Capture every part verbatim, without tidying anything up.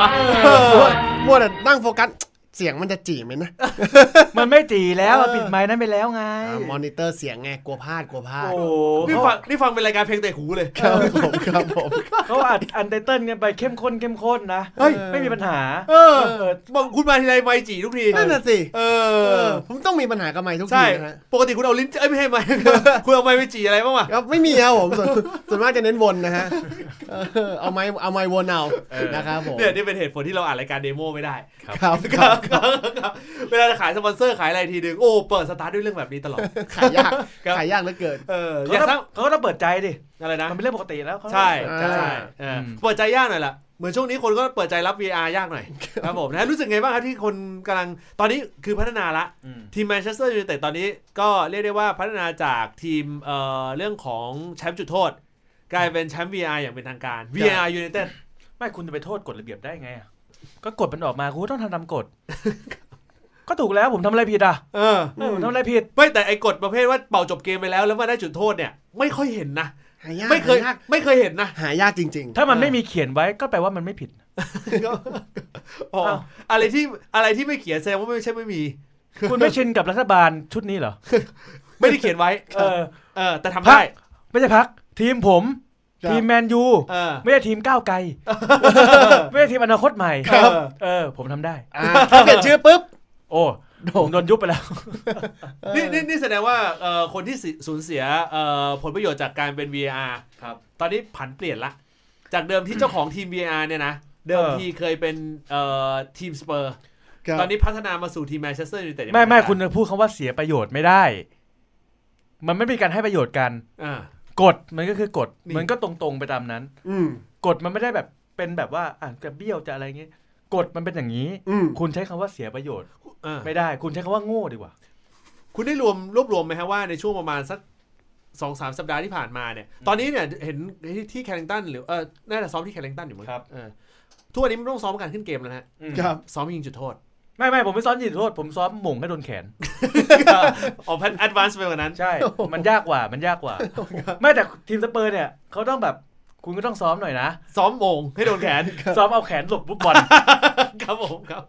มัวแต่นั่งโฟกัสเสียงมันจะจี๋ไหมนะมันไม่จี๋แล้วปิดไมค์นั้นไปแล้วไงมอนิเตอร์เสียงไงกลัวพลาดกลัวพลาดโอ้นี่ฟังนี่ฟังเป็นรายการเพลงแต่หูเลยครับผมครับผมเขาอัดอันไตเติ้ลกันไปเข้มข้นเข้มข้นนะไม่มีปัญหาเออคุณมาทีไรไมค์จี๋ทุกทีนั่นน่ะสิเออผมต้องมีปัญหากับไมค์ทุกทีนะฮะปกติคุณเอาลิ้นเอ้ยไม่ให้ไมค์คุณเอาไมค์ไปจี๋อะไรบ้างวะครับไม่มีครับผมส่วนมากจะเน้นวนนะฮะเอาไมค์เอาไมค์วนเอานะครับผมเนี่ยนี่เป็นเหตุผลที่เราอ่านรายการเดโมไม่ได้ครับเวลาจะขายสปอนเซอร์ขายอะไรทีนึงโอ้เปิดสตาร์ทด้วยเรื่องแบบนี้ตลอดขายยากขายยากเหลือเกินเออเขาก็ต้องเปิดใจดิอะไรนะมันเป็นเรื่องปกติแล้วใช่ใช่เปิดใจยากหน่อยล่ะเหมือนช่วงนี้คนก็เปิดใจรับ วี อาร์ ยากหน่อยครับผมนะรู้สึกไงบ้างครับที่คนกำลังตอนนี้คือพัฒนาละทีมแมนเชสเตอร์ยูไนเต็ดตอนนี้ก็เรียกได้ว่าพัฒนาจากทีมเอ่อเรื่องของแชมป์จุดโทษกลายเป็นแชมป์ วี อาร์ อย่างเป็นทางการ วี อาร์ United ไม่คุณจะไปโทษกฎระเบียบได้ไงก็กฎมันออกมาคุณต้องทำตามกฎก็ถูกแล้วผมทำอะไรผิดอ่ะเออผมทำอะไรผิดไม่แต่ไอ้กฎประเภทว่าเป่าจบเกมไปแล้วแล้วมาได้จุดโทษเนี่ยไม่ค่อยเห็นนะไม่เคยไม่เคยเห็นนะหายากจริงๆถ้ามันไม่มีเขียนไว้ก็แปลว่ามันไม่ผิดอ๋ออะไรที่อะไรที่ไม่เขียนแสดงว่าไม่ใช่ไม่มีคุณไม่ชินกับรัฐบาลชุดนี้เหรอไม่ได้เขียนไว้เออเออแต่ทำได้ไม่ใช่พักทีมผมทีมแมนยูไม่ใช่ทีมก้าวไกลไม่ใช่ทีมอนาคตใหม่เออผมทำได้ถ้าเปลี่ยนชื่อปุ๊บโอ้โดนยุบไปแล้วนี่นี่นี่แสดงว่าคนที่สูญเสียผลประโยชน์จากการเป็น วี อาร์ ครับตอนนี้ผันเปลี่ยนละจากเดิมที่เจ้าของทีม วี อาร์ เนี่ยนะเดิมทีเคยเป็นทีมสเปอร์ตอนนี้พัฒนามาสู่ทีมแมนเชสเตอร์ยูไนเต็ดไม่ไม่คุณจะพูดคำว่าเสียประโยชน์ไม่ได้มันไม่มีการให้ประโยชน์กันกฎมันก็คือกฎมันก็ตรงๆไปตามนั้นกฎมันไม่ได้แบบเป็นแบบว่าอ่ะจะเบี้ยวจะอะไรเงี้ยกฎมันเป็นอย่างนี้คุณใช้คำว่าเสียประโยชน์ไม่ได้คุณใช้คำว่าโง่ดีกว่าคุณได้รวมรวบรวมไหมฮะว่าในช่วงประมาณสัก สองสาม สัปดาห์ที่ผ่านมาเนี่ยตอนนี้เนี่ยเห็นที่แคลริงตันหรือเออน่าจะซ้อมที่แคลริงตันอยู่มั้งครับทุกวันนี้มันต้องซ้อมการขึ้นเกมแล้วนะครับซ้อมยิงจุดโทษไม่ไม่ผมไม่ซ้อมยิงจุดโทษผมซ้อมหม่งให้โดนแขนอ๋อพันแอดวานซ์ไปกว่านั้นใช่มันยากกว่ามันยากกว่าไม่แต่ทีมสเปอร์เนี่ยเขาต้องแบบคุณก็ต้องซ้อมหน่อยนะซ้อมโมงให้โดนแขนซ้อมเอาแขนหลบฟุตบอลครับผมครับ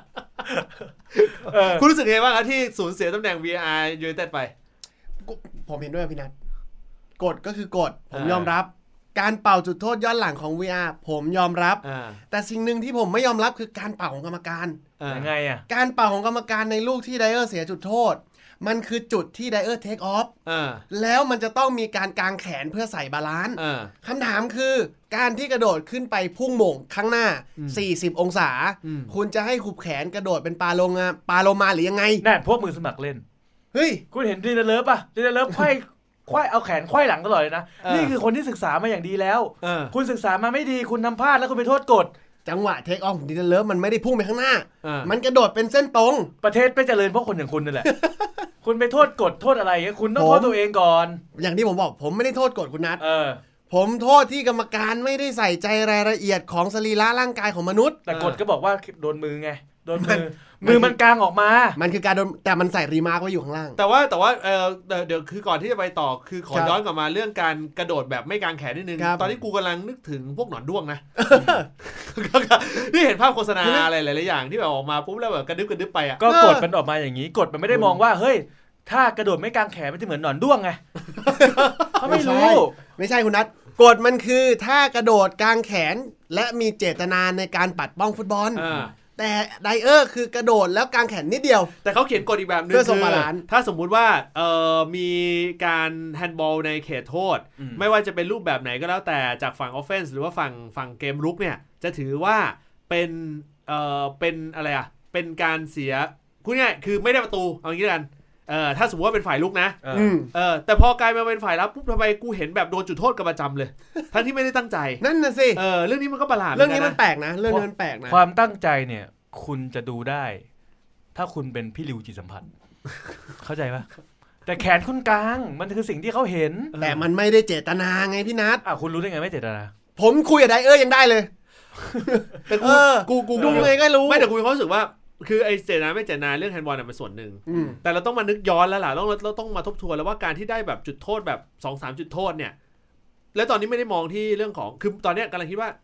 คุณรู้สึกไงบ้างครับที่สูญเสียตำแหน่ง วี อาร์ United ไปผมเห็นด้วยพี่นัทกฎก็คือกฎผมยอมรับการเป่าจุดโทษย้อนหลังของ วี อาร์ ผมยอมรับแต่สิ่งหนึ่งที่ผมไม่ยอมรับคือการเป่าของกรรมการยังไงอ่ะการเป่าของกรรมการในลูกที่ไดเออร์เสียจุดโทษมันคือจุดที่ไดเออร์เทคออฟแล้วมันจะต้องมีการกางแขนเพื่อใส่บาลานซ์คำถามคือการที่กระโดดขึ้นไปพุ่งโหม่งข้างหน้าสี่สิบองศาคุณจะให้หุบแขนกระโดดเป็นปลาโลมาปลาโลมาหรือยังไงนั่นพวกมือสมัครเล่นเฮ้ยคุณเห็นดีเลิฟป่ะดีเลิฟไขว้ไขว้เอาแขนไขว้หลังตลอดเลยนะนี่คือคนที่ศึกษามาอย่างดีแล้วคุณศึกษามาไม่ดีคุณทำพลาดแล้วคุณไปโทษกฎจังหวะเทคออฟของดีเลิฟมันไม่ได้พุ่งไปข้างหน้ามันกระโดดเป็นเส้นตรงประเทศไม่เจริญเพราะคนอย่างคุณนั่นแหละคุณไปโทษกฎโทษอะไรคุณต้องโทษตัวเองก่อนอย่างที่ผมบอกผมไม่ได้โทษกฎคุณนัทผมโทษที่กรรมการไม่ได้ใส่ใจรายละเอียดของสรีระร่างกายของมนุษย์แต่กฎก็บอกว่าโดนมือไงโดนมือมือมันกลางออกมามันคือการโดนแต่มันใส่รีมาร์คไว้อยู่ข้างล่างแต่ว่าแต่ว่าเออเดี๋ยวคือก่อนที่จะไปต่อคือขอย้อนกลับมาเรื่องการกระโดดแบบไม่กางแขนนิดนึงตอนนี้กูกำลังนึกถึงพวกหนอนด้วงนะนี่เห็นภาพโฆษณาอะไรหลายๆอย่างที่แบบออกมาปุ๊บแล้วแบบกระดึ๊บกระดึ๊บไปอ่ะก็กฎมันออกมาอย่างนี้กฎมันไม่ได้มองว่าเฮ้ยถ้ากระโดดไม่กางแขนมันจะเหมือนหนอนด้วงไงเขาไม่รู้ไม่ใช่คุณนัทกฎมันคือถ้ากระโดดกางแขนและมีเจตนาในการปัดป้องฟุตบอลแต่ไดเออร์คือกระโดดแล้วกางแขนนิดเดียวแต่เขาเขียนกฎอีกแบบนึงคือถ้าสมมุติว่าเอ่อมีการแฮนด์บอลในเขตโทษไม่ว่าจะเป็นรูปแบบไหนก็แล้วแต่จากฝั่งออฟเฟนส์หรือว่าฝั่งฝั่งเกมรุกเนี่ยจะถือว่าเป็นเอ่อเป็นอะไรอ่ะเป็นการเสียพูดง่ายคือไม่ได้ประตูเอางี้กันเออถ้าสมมติว่าเป็นฝ่ายลุกนะเออเออแต่พอกลายมาเป็นฝ่ายรับปุ๊บทำไมกูเห็นแบบโดนจุดโทษกันประจำเลยทั้งที่ไม่ได้ตั้งใจนั่นน่ะสิเออเรื่องนี้มันก็ประหลาดเรื่องนี้มันแปลกนะเรื่องนี้มันแปลกนะความตั้งใจเนี่ยคุณจะดูได้ถ้าคุณเป็นพี่ริวจิตสัมผัสเข้าใจปะแต่แขนคุณกลางมันคือสิ่งที่เขาเห็นแต่มันไม่ได้เจตนาไงพี่นัทอ่ะคุณรู้ได้ไงไม่เจตนาผมคุยกับไดเออร์ยังได้เลยแต่กูกูกูดูไงก็รู้ไม่แต่กูมีความรู้สึกว่าคือไอ้เจตนาไม่เจตนาเรื่องแฮนด์บอลเป็นส่วนหนึ่งแต่เราต้องมานึกย้อนแล้วล่ะเราเราต้องมาทบทวนแล้วว่าการที่ได้แบบจุดโทษแบบ สองสาม จุดโทษเนี่ยแล้วตอนนี้ไม่ได้มองที่เรื่องของคือตอนนี้กำลังคิดว่า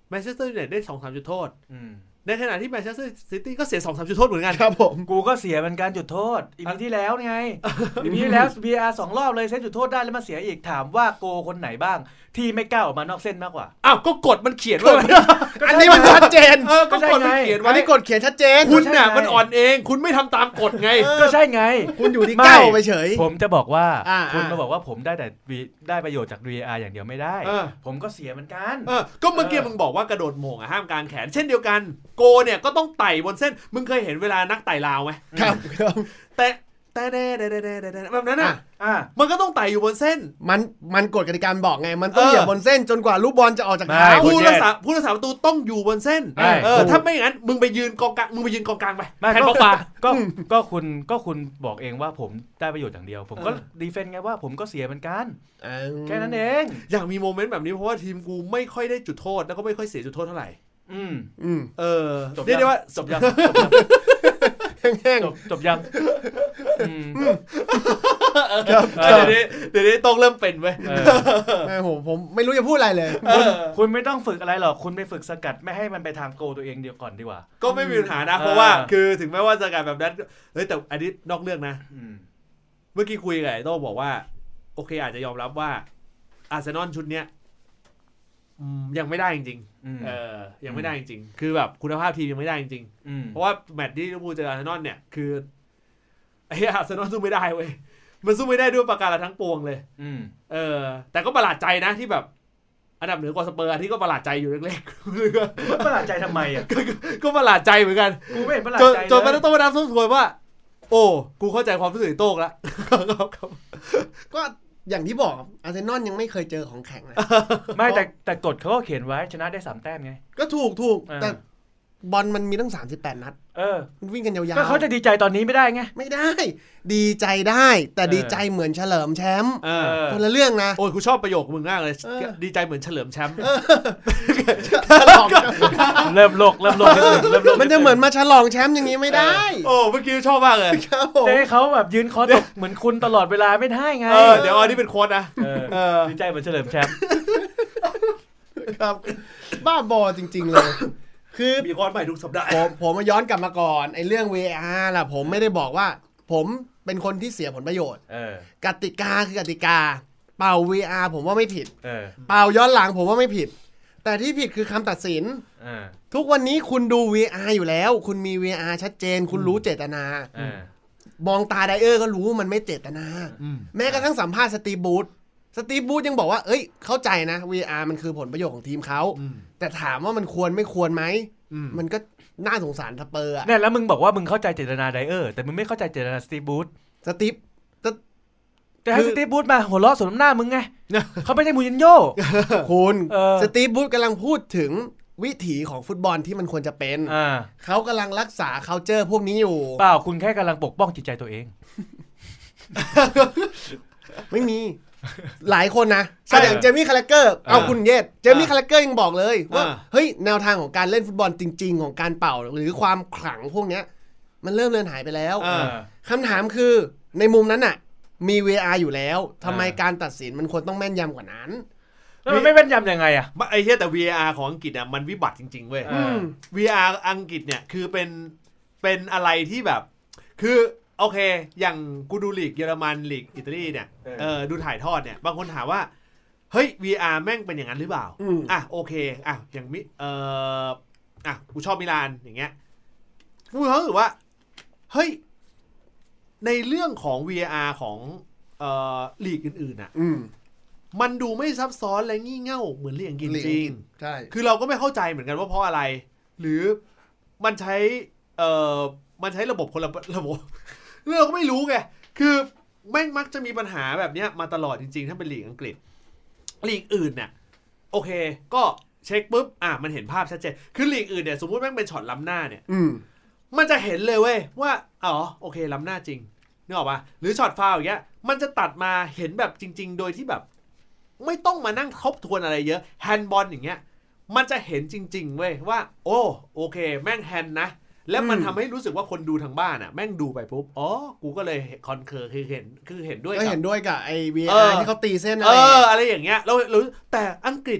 แมนเชสเตอร์ยูไนเต็ดได้ สองสาม จุดโทษในขณะที่แมนเชสเตอร์ซิตี้ก็เสีย สองสาม จุดโทษเหมือนกันครับผมกูก็เสียเหมือนกันจุดโทษอีพีที่แล้วไงอีพีที่แล้ว วี อาร์ สองรอบเลยเซตจุดโทษได้แล้วมาเสียอีกถามว่าโกคนไหนบ้างที่ไม่ก้าวออกมานอกเส้นมากกว่าอ้าวก็กฎมันเขียนว่าอันนี้มันชัดเจนเออก็กฎมันเขียนไว้อันนี้กฎเขียนชัดเจนคุณน่ะมันอ่อนเองคุณไม่ทำตามกฎไงก็ใช่ไงคุณอยู่ที่ก้าวไปเฉยผมจะบอกว่าคุณมาบอกว่าผมได้แต่ได้ประโยชน์จาก วี อาร์ อย่างเดียวไม่ได้ผมก็เสียเหมือนกันเออก็เมื่อกี้มึงบอกว่ากระโดดโหม่งห้ามกางแขนเช่นเดียวกันโกเนี่ยก็ต้องไต่บนเส้นมึงเคยเห็นเวลานักไต่ราวไหมครับแต่แต่แด่ๆๆแบบนั้นอ่ะมันก็ต้องไต่อยู่บนเส้นมันมันกฎกติกาบอกไงมันต้องเหยียบบนเส้นจนกว่าลูกบอลจะออกจากเท้าผู้รักษาผู้รักษาประตูต้องอยู่บนเส้นเออถ้าไม่อย่างนั้นมึงไปยืนกองกลางมึงไปยืนกองกลางไปแทนบล็อกปาก็ก็คุณก็คุณบอกเองว่าผมได้ประโยชน์อย่างเดียวผมก็ดีเฟนต์ไงว่าผมก็เสียเหมือนกันแค่นั้นเองอยากมีโมเมนต์แบบนี้เพราะว่าทีมกูไม่ค่อยได้จุดโทษแล้วก็ไม่ค่อยเสียจุดโทษเท่าไหร่อืมอืมเออเรียกได้ว่าจบยังแห้งๆจบยังเดี๋ยวนี้เดี๋ยวนี้ต้องเริ่มเป็นเว้ยโอ้โหผมไม่รู้จะพูดอะไรเลยคุณไม่ต้องฝึกอะไรหรอกคุณไปฝึกสกัดไม่ให้มันไปทางโกตัวเองเดียวก่อนดีกว่าก็ไม่มีปัญหานะเพราะว่าคือถึงแม้ว่าสกัดแบบนั้นเฮ้ยแต่อันนี้นอกเรื่องนะเมื่อกี้คุยกับไอ้โต้บอกว่าโอเคอาจจะยอมรับว่าอาร์เซนอลชุดเนี้ยยังไม่ได้จริงๆเออยังไม่ได้จริงๆคือแบบคุณภาพทีมยังไม่ได้จริงๆเพราะว่าแมตช์ที่ลิเวอร์พูลเจออาร์เซนอลเนี่ยคือไอ้อาร์เซนอลสู้ไม่ได้เว้ยมันสู้ไม่ได้ด้วยประการทั้งปวงเลยเออแต่ก็ประหลาดใจนะที่แบบอันดับเหนือกว่าสเปอร์ที่ก็ประหลาดใจอยู่เล็กๆประหลาดใจทำไมอ่ะก็ประหลาดใจเหมือนกันกูไม่เห็นประหลาดใจจนมันต้องมานับทบทวนว่าโอ้กูเข้าใจความรู้สึกโต้งแล้วก็อย่างที่บอกอาร์เซนอลยังไม่เคยเจอของแข็งนะไม่แต่แต่กฎเขาก็เขียนไว้ชนะได้สามแต้มไงก็ถูกถูกแต่บอลมันมีตั้งสามสิบแปดนัดเออวิ่งกันยาวๆก็เขาจะดีใจตอนนี้ไม่ได้ไงไม่ได้ดีใจได้แต่ดีใจเหมือนเฉลิมแชมป์คนละเรื่องนะโอ้ยกูชอบประโยคมึงมากเลยดีใจเหมือนเฉลิมแชมป์เริ่มโลกเริ่มโลกเริ่มโลกมันจะเหมือนมาฉลองแชมป์อย่างนี้ไม่ได้โอ้เมื่อกี้ชอบมากเลยเจ๊เขาแบบยืนคอตกเหมือนคุณตลอดเวลาไม่ได้ไงเดี๋ยวอันนี้เป็นโค้ดนะดีใจเหมือนเฉลิมแชมป์ครับบ้าบอจริงๆเลยคือมีคอนใหม่ทุกสัปดาห์ผมผมมาย้อนกลับมาก่อนไอ้เรื่อง วี อาร์ ล่ะผมไม่ได้บอกว่าผมเป็นคนที่เสียผลประโยชน์กติกาคือกติกาเป่า วี อาร์ ผมว่าไม่ผิดเป่าย้อนหลังผมว่าไม่ผิดแต่ที่ผิดคือคำตัดสินทุกวันนี้คุณดู วี อาร์ อยู่แล้วคุณมี วี อาร์ ชัดเจนคุณรู้เจตนามองตาไดเออร์ก็รู้มันไม่เจตนาแม้กระทั่งสัมภาษณ์สตีฟบูธสตีฟบูธยังบอกว่าเอ้ยเข้าใจนะ วี อาร์ มันคือผลประโยชน์ของทีมเขาแต่ถามว่ามันควรไม่ควรไหมมันก็น่าสงสารสเปอร์อ่ะเนี่ยแล้วมึงบอกว่ามึงเข้าใจเจตนาไดเออร์แต่มึงไม่เข้าใจเจตนาสตีฟบูธสตีฟแต่ให้สตีฟบูธมาหัวเราะสมน้ำหน้ามึงไงเขาไม่ใช่มูรินโญ่คุณสตีฟบูธกำลังพูดถึงวิถีของฟุตบอลที่มันควรจะเป็นเขากำลังรักษา culture พวกนี้อยู่เปล่าคุณแค่กำลังปกป้องจิตใจตัวเองไม่มีหลายคนนะอย่างเจมี่คาแรคเกอร์เอาคุณเยศเจมี่คาแรคเกอร์ยังบอกเลยว่าเฮ้ยแนวทางของการเล่นฟุตบอลจริงๆของการเป่าหรือความขลังพวกเนี้ยมันเริ่มเลือนหายไปแล้วคำถามคือในมุมนั้นน่ะมี วี อาร์ อยู่แล้วทำไมการตัดสินมันควรต้องแม่นยำกว่านั้นแล้วมันไม่แม่นยำยังไงอ่ะไอ้เหี้ยแต่ วี อาร์ ของอังกฤษอ่ะมันวิบัติจริงๆเว้ย วี อาร์ อังกฤษเนี่ยคือเป็นเป็นอะไรที่แบบคือโอเคอย่างกูดูลีกเยอรมันลีกอิตาลีเนี่ยเออดูถ่ายทอดเนี่ยบางคนถามว่าเฮ้ย วี อาร์ แม่งเป็นอย่างนั้นหรือเปล่าอ่ะโอเคอ่ะอย่างมิเอออ่ะกูชอบมิลานอย่างเงี้ยกูรู้สึกว่าเฮ้ยในเรื่องของ วี อาร์ ของเอ่อลีกอื่นๆอ่ะมันดูไม่ซับซ้อนและงี่เง่าเหมือนลีกอังกฤษจริงใช่คือเราก็ไม่เข้าใจเหมือนกันว่าเพราะอะไรหรือมันใช้เอ่อมันใช้ระบบคนละระบบเราก็ไม่รู้ไงคือแม่งมักจะมีปัญหาแบบนี้มาตลอดจริงๆถ้าเป็นลีกอังกฤษลีกอื่นเนี่ยโอเคก็เช็คปุ๊บอ่ะมันเห็นภาพชัดเจนคือลีกอื่นเนี่ยสมมุติแม่งเป็นช็อตล้ำหน้าเนี่ยมันจะเห็นเลยเว้ยว่าอ๋อโอเคล้ำหน้าจริงนึกออกป่ะหรือช็อตฟาวล์อย่างเงี้ยมันจะตัดมาเห็นแบบจริงๆโดยที่แบบไม่ต้องมานั่งทบทวนอะไรเยอะแฮนด์บอลอย่างเงี้ยมันจะเห็นจริงๆเว้ยว่าโอ้โอเคแม่งแฮนด์นะแล้วมันทำให้รู้สึกว่าคนดูทางบ้านอ่ะแม่งดูไปปุ๊บอ๋อกูก็เลยคอนเคอร์คือเห็นคือเห็นด้วยก็เห็นด้วยกับไอ้ วี อาร์ ที่เขาตีเส้นอะไรเอออะไรอย่างเงี้ยเรารู้แต่อังกฤษ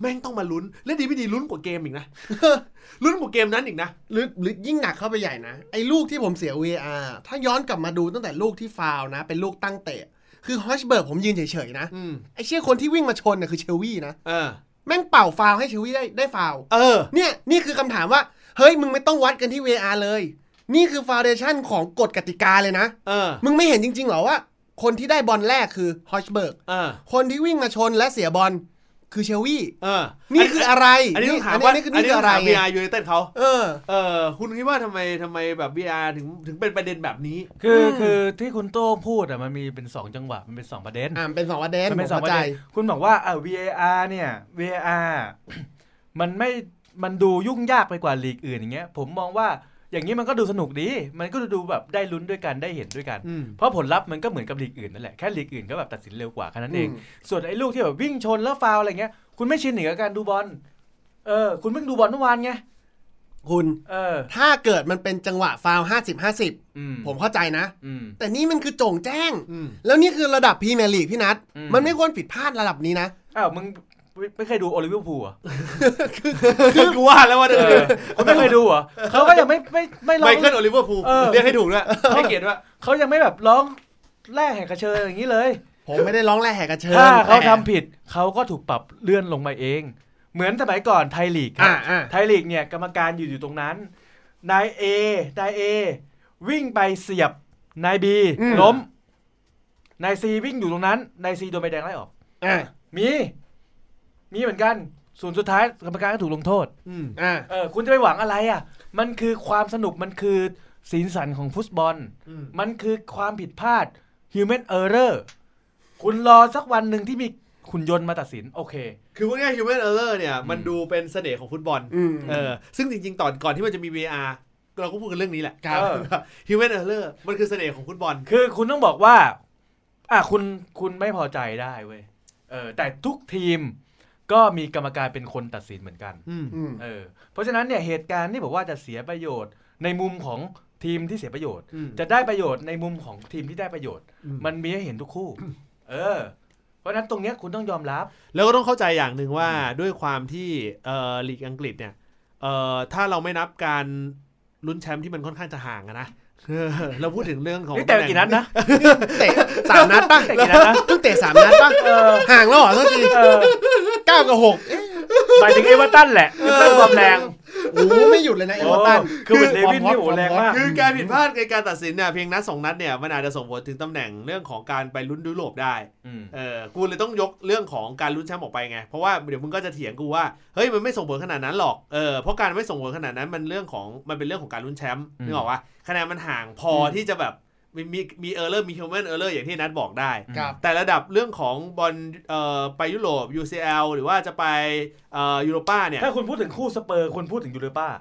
แม่งต้องมาลุ้นและดีไม่ดีลุ้นกว่าเกมอีกนะลุ้นกว่าเกมนั้นอีกนะหรือหรือยิ่งหนักเข้าไปใหญ่นะไอ้ลูกที่ผมเสีย วี อาร์ ถ้าย้อนกลับมาดูตั้งแต่ลูกที่ฟาวล์นะเป็นลูกตั้งเตะคือฮอชเบิร์กผมยืนเฉยๆนะไอ้เชี่ยคนที่วิ่งมาชนเนี่ยคือเชลวี่นะแม่งเป่าฟาวล์ให้เชลวี่ได้ได้ฟาวล์เออเนี่ยนี่คือคำถามว่าเฮ้ยมึงไม่ต้องวัดกันที่ วี อาร์ เลยนี่คือฟาวเดชั่นของกฎกติกาเลยนะเออมึงไม่เห็นจริงๆหรอว่าคนที่ได้บอลแรกคือฮอชเบิร์กคนที่วิ่งมาชนและเสียบอลคือเชลวี่เออนี่คืออะไรอันนี้ต้องถามว่านี่คือนี่คืออะไร วี อาร์ United เขาเออเออคุณคิดว่าทำไมทำไมแบบ วี อาร์ ถึงถึงเป็นประเด็นแบบนี้คือคือที่คุณโต้งพูดอ่ะมันมีเป็นสองจังหวะมันเป็นสองประเด็นอ่าเป็นสองประเด็นมันเป็นสองประเด็นคุณบอกว่าอ่า วี อาร์ เนี่ย วี อาร์ มันไม่มันดูยุ่งยากไปกว่าลีกอื่นอย่างเงี้ยผมมองว่าอย่างนี้มันก็ดูสนุกดีมันก็ดูแบบได้ลุ้นด้วยกันได้เห็นด้วยกันเพราะผลลัพธ์มันก็เหมือนกับลีกอื่นนั่นแหละแค่ลีกอื่นก็แบบตัดสินเร็วกว่าแค่นั้นเองส่วนไอ้ลูกที่แบบวิ่งชนแล้วฟาวอะไรเงี้ยคุณไม่ชินกับการดูบอลเออคุณเพิ่งดูบอลเมื่อวานไงคุณเออถ้าเกิดมันเป็นจังหวะฟาวล์ห้าสิบ ห้าสิบผมเข้าใจนะแต่นี่มันคือโจ่งแจ้งแล้วนี่คือระดับพรีเมียร์ลีกพี่นัทมันไม่ควรผิดพลาดระดับนี้นะอ้าวมึงไม่เคยดูโอลิเวอร์พูลอ่ะคือกูว่าแล้วว่าเออเขาไม่เคยดูอ่ะเขาก็ยังไม่ไม่ไม่ร้องไมเคิลโอลิเวอร์พูลเรียกให้ถูกด้วยให้เกียรติว่าเขายังไม่แบบร้องแร่แหกกระเชยอย่างนี้เลยผมไม่ได้ร้องแร่แหกกระเชยถ้าเขาทำผิดเขาก็ถูกปรับเลื่อนลงมาเองเหมือนสมัยก่อนไทยลีกครับไทยลีกเนี่ยกรรมการอยู่อยู่ตรงนั้นนายเอนายเอวิ่งไปเสียบนายบีล้มนายซีวิ่งอยู่ตรงนั้นนายซีโดนใบแดงไล่ออกมีมีเหมือนกันส่วนสุดท้ายกรรมการก็ถูกลงโทษอ่าเออคุณจะไปหวังอะไรอ่ะมันคือความสนุกมันคือสีสันของฟุตบอลมันคือความผิดพลาด human error คุณรอสักวันหนึ่งที่มีหุ่นยนต์มาตัดสินโอเคคือว่าง่าย human error เนี่ยมันดูเป็นเสน่ห์ของฟุตบอลเออซึ่งจริงๆตอนก่อนที่มันจะมี วี อาร์ เราก็พูดกันเรื่องนี้แหละ human error มันคือเสน่ห์ของฟุตบอลคือคุณต้องบอกว่าอ่ะคุณคุณไม่พอใจได้เว้ยเออแต่ทุกทีมก็มีกรรมการเป็นคนตัดสินเหมือนกันเออเพราะฉะนั้นเนี่ยเหตุการณ์ที่บอกว่าจะเสียประโยชน์ในมุมของทีมที่เสียประโยชน์จะได้ประโยชน์ในมุมของทีมที่ได้ประโยชน์มันมีให้เห็นทุกคู่เออเพราะฉะนั้นตรงเนี้ยคุณต้องยอมรับแล้วก็ต้องเข้าใจอย่างหนึ่งว่าด้วยความที่เอ่อลีกอังกฤษเนี่ยเอ่อถ้าเราไม่นับการลุ้นแชมป์ที่มันค่อนข้างจะห่างนะเราพูดถึงเรื่องของแต่กี่นัดนะเตะสามนัดป่ะกี่นัดนะเพิ่งเตะสามนัดป่ะห่างแล้วเหรอเท่าทีเก้ากับหกหมายถึงเอเวอร์ตันแหละเรื่องความแรงโอ้ไม่หยุดเลยนะเอเวอร์ตันคือเดวิดนี่โหแรงมากคือการผิดพลาดในการตัดสินเนี่ยเพียงนัดสองนัดเนี่ยมันอาจจะส่งผลถึงตำแหน่งเรื่องของการไปลุ้นยุโรปได้เออกูเลยต้องยกเรื่องของการลุ้นแชมป์ออกไปไงเพราะว่าเดี๋ยวมึงก็จะเถียงกูว่าเฮ้ยมันไม่ส่งผลขนาดนั้นหรอกเออเพราะการไม่ส่งผลขนาดนั้นมันเรื่องของมันเป็นเรื่องของการลุ้นแชมป์นึกออกปะคะแนนมันห่างพอที่จะแบบมีมีมีเออร์เลอร์มีฮิวแมนเออร์เลอร์อย่างที่นัทบอกได้แต่ระดับเรื่องของบอลเอ่อไปยุโรป ยู ซี แอล หรือว่าจะไปเอ่อยูโรป้าเนี่ยถ้าคุณพูดถึงคู่สเปอร์คุณพูดถึงยูโรป้า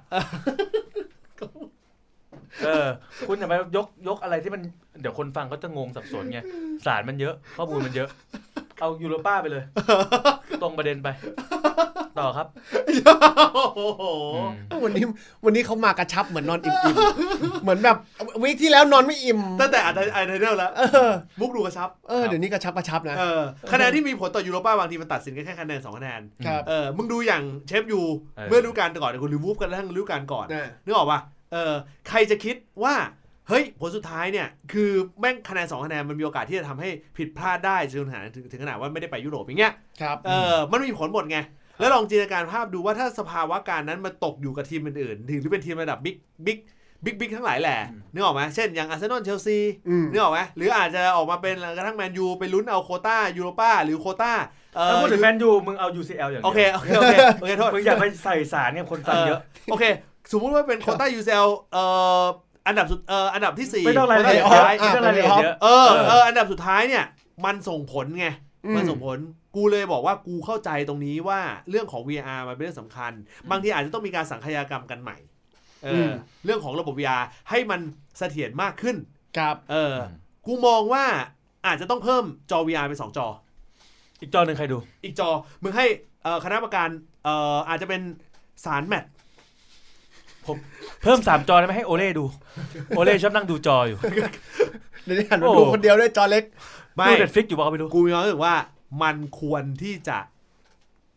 เออคุณอย่ามายกยกอะไรที่มันเดี๋ยวคนฟังเขาจะงงสับสนไงสารมันเยอะข้อมูลมันเยอะเอายูโรป้าไปเลยตรงประเด็นไปต่อครับวันนี้วันนี้เขามากระชับเหมือนนอนอิ่มๆเหมือนแบบวีคที่แล้วนอนไม่อิ่มตั้งแต่ไอไทเดลแล้วมุกดูกระชับเออเดี๋ยวนี้กระชับกระชับนะคะแนนที่มีผลต่อยูโรป้าบางทีมันตัดสินแค่คะแนนสองคะแนนเออมึงดูอย่างเชฟยูเมื่อฤดูกาลก่อนคุณรีวูฟกันทั้งฤดูกาลก่อนนึกออกป่ะเออใครจะคิดว่าเฮ้ยผลสุดท้ายเนี่ยคือแม่งคะแนนสองคะแนนมันมีโอกาสที่จะทำให้ผิดพลาดได้จนขนาดถึงขนาดว่าไม่ได้ไปยุโรปอย่างเงี้ยครับเออมันมีผลหมดไงแล้วลองจินตนาการภาพดูว่าถ้าสภาวะการนั้นมันตกอยู่กับทีมอื่นๆถึงหรือเป็นทีมระดับบิ๊กบิ๊กบิ๊กบิ๊กทั้งหลายแหละนึกออกไหมเช่นอย่างอาร์เซนอลเชลซีนึกออกไหมหรืออาจจะออกมาเป็นกระทั่งแมนยูไปลุ้นเอาโควต้ายูโรป้าหรือโควต้าถ้าพูดถึงแมนยูมึงเอา ยู ซี แอล อย่างเดียวโอเคโอเคโอเคโอเคโทษมึงอย่าไปใส่สารเนี่ยคนฟังเยอะโอเคสมมุติว่าเป็นโควต้า ยู ซี แอล เอ่ออันดับสุดเอ่ออันดับที่สี่ไม่ต้องรายละเอียดไม่ต้องรายละเอียดเยอะเออเอออันดับสุดท้ายเนี่ยมันส่งผลไงมันส่งผลกูเลยบอกว่ากูเข้าใจตรงนี้ว่าเรื่องของ วี อาร์ มันเป็นเรื่องสำคัญบางทีอาจจะต้องมีการสังคายกรรมกันใหม่เออเรื่องของระบบ วี อาร์ ให้มันเสถียรมากขึ้นครับเออกูมองว่าอาจจะต้องเพิ่มจอ วี อาร์ เป็นสองจออีกจอหนึ่งใครดูอีกจอมึงให้เอ่อคณะกรรมการเอ่ออาจจะเป็นสารแมตช์ผมเพิ่มสามจอได้มั้ยให้โอเล่ดูโอเล่ชอบนั่งดูจออยู่เดี๋ยวนี้หันมาดูคนเดียวด้วยจอเล็กดู Netflix อยู่บ่เอาไปดูกูมีความรู้สึกว่ามันควรที่จะ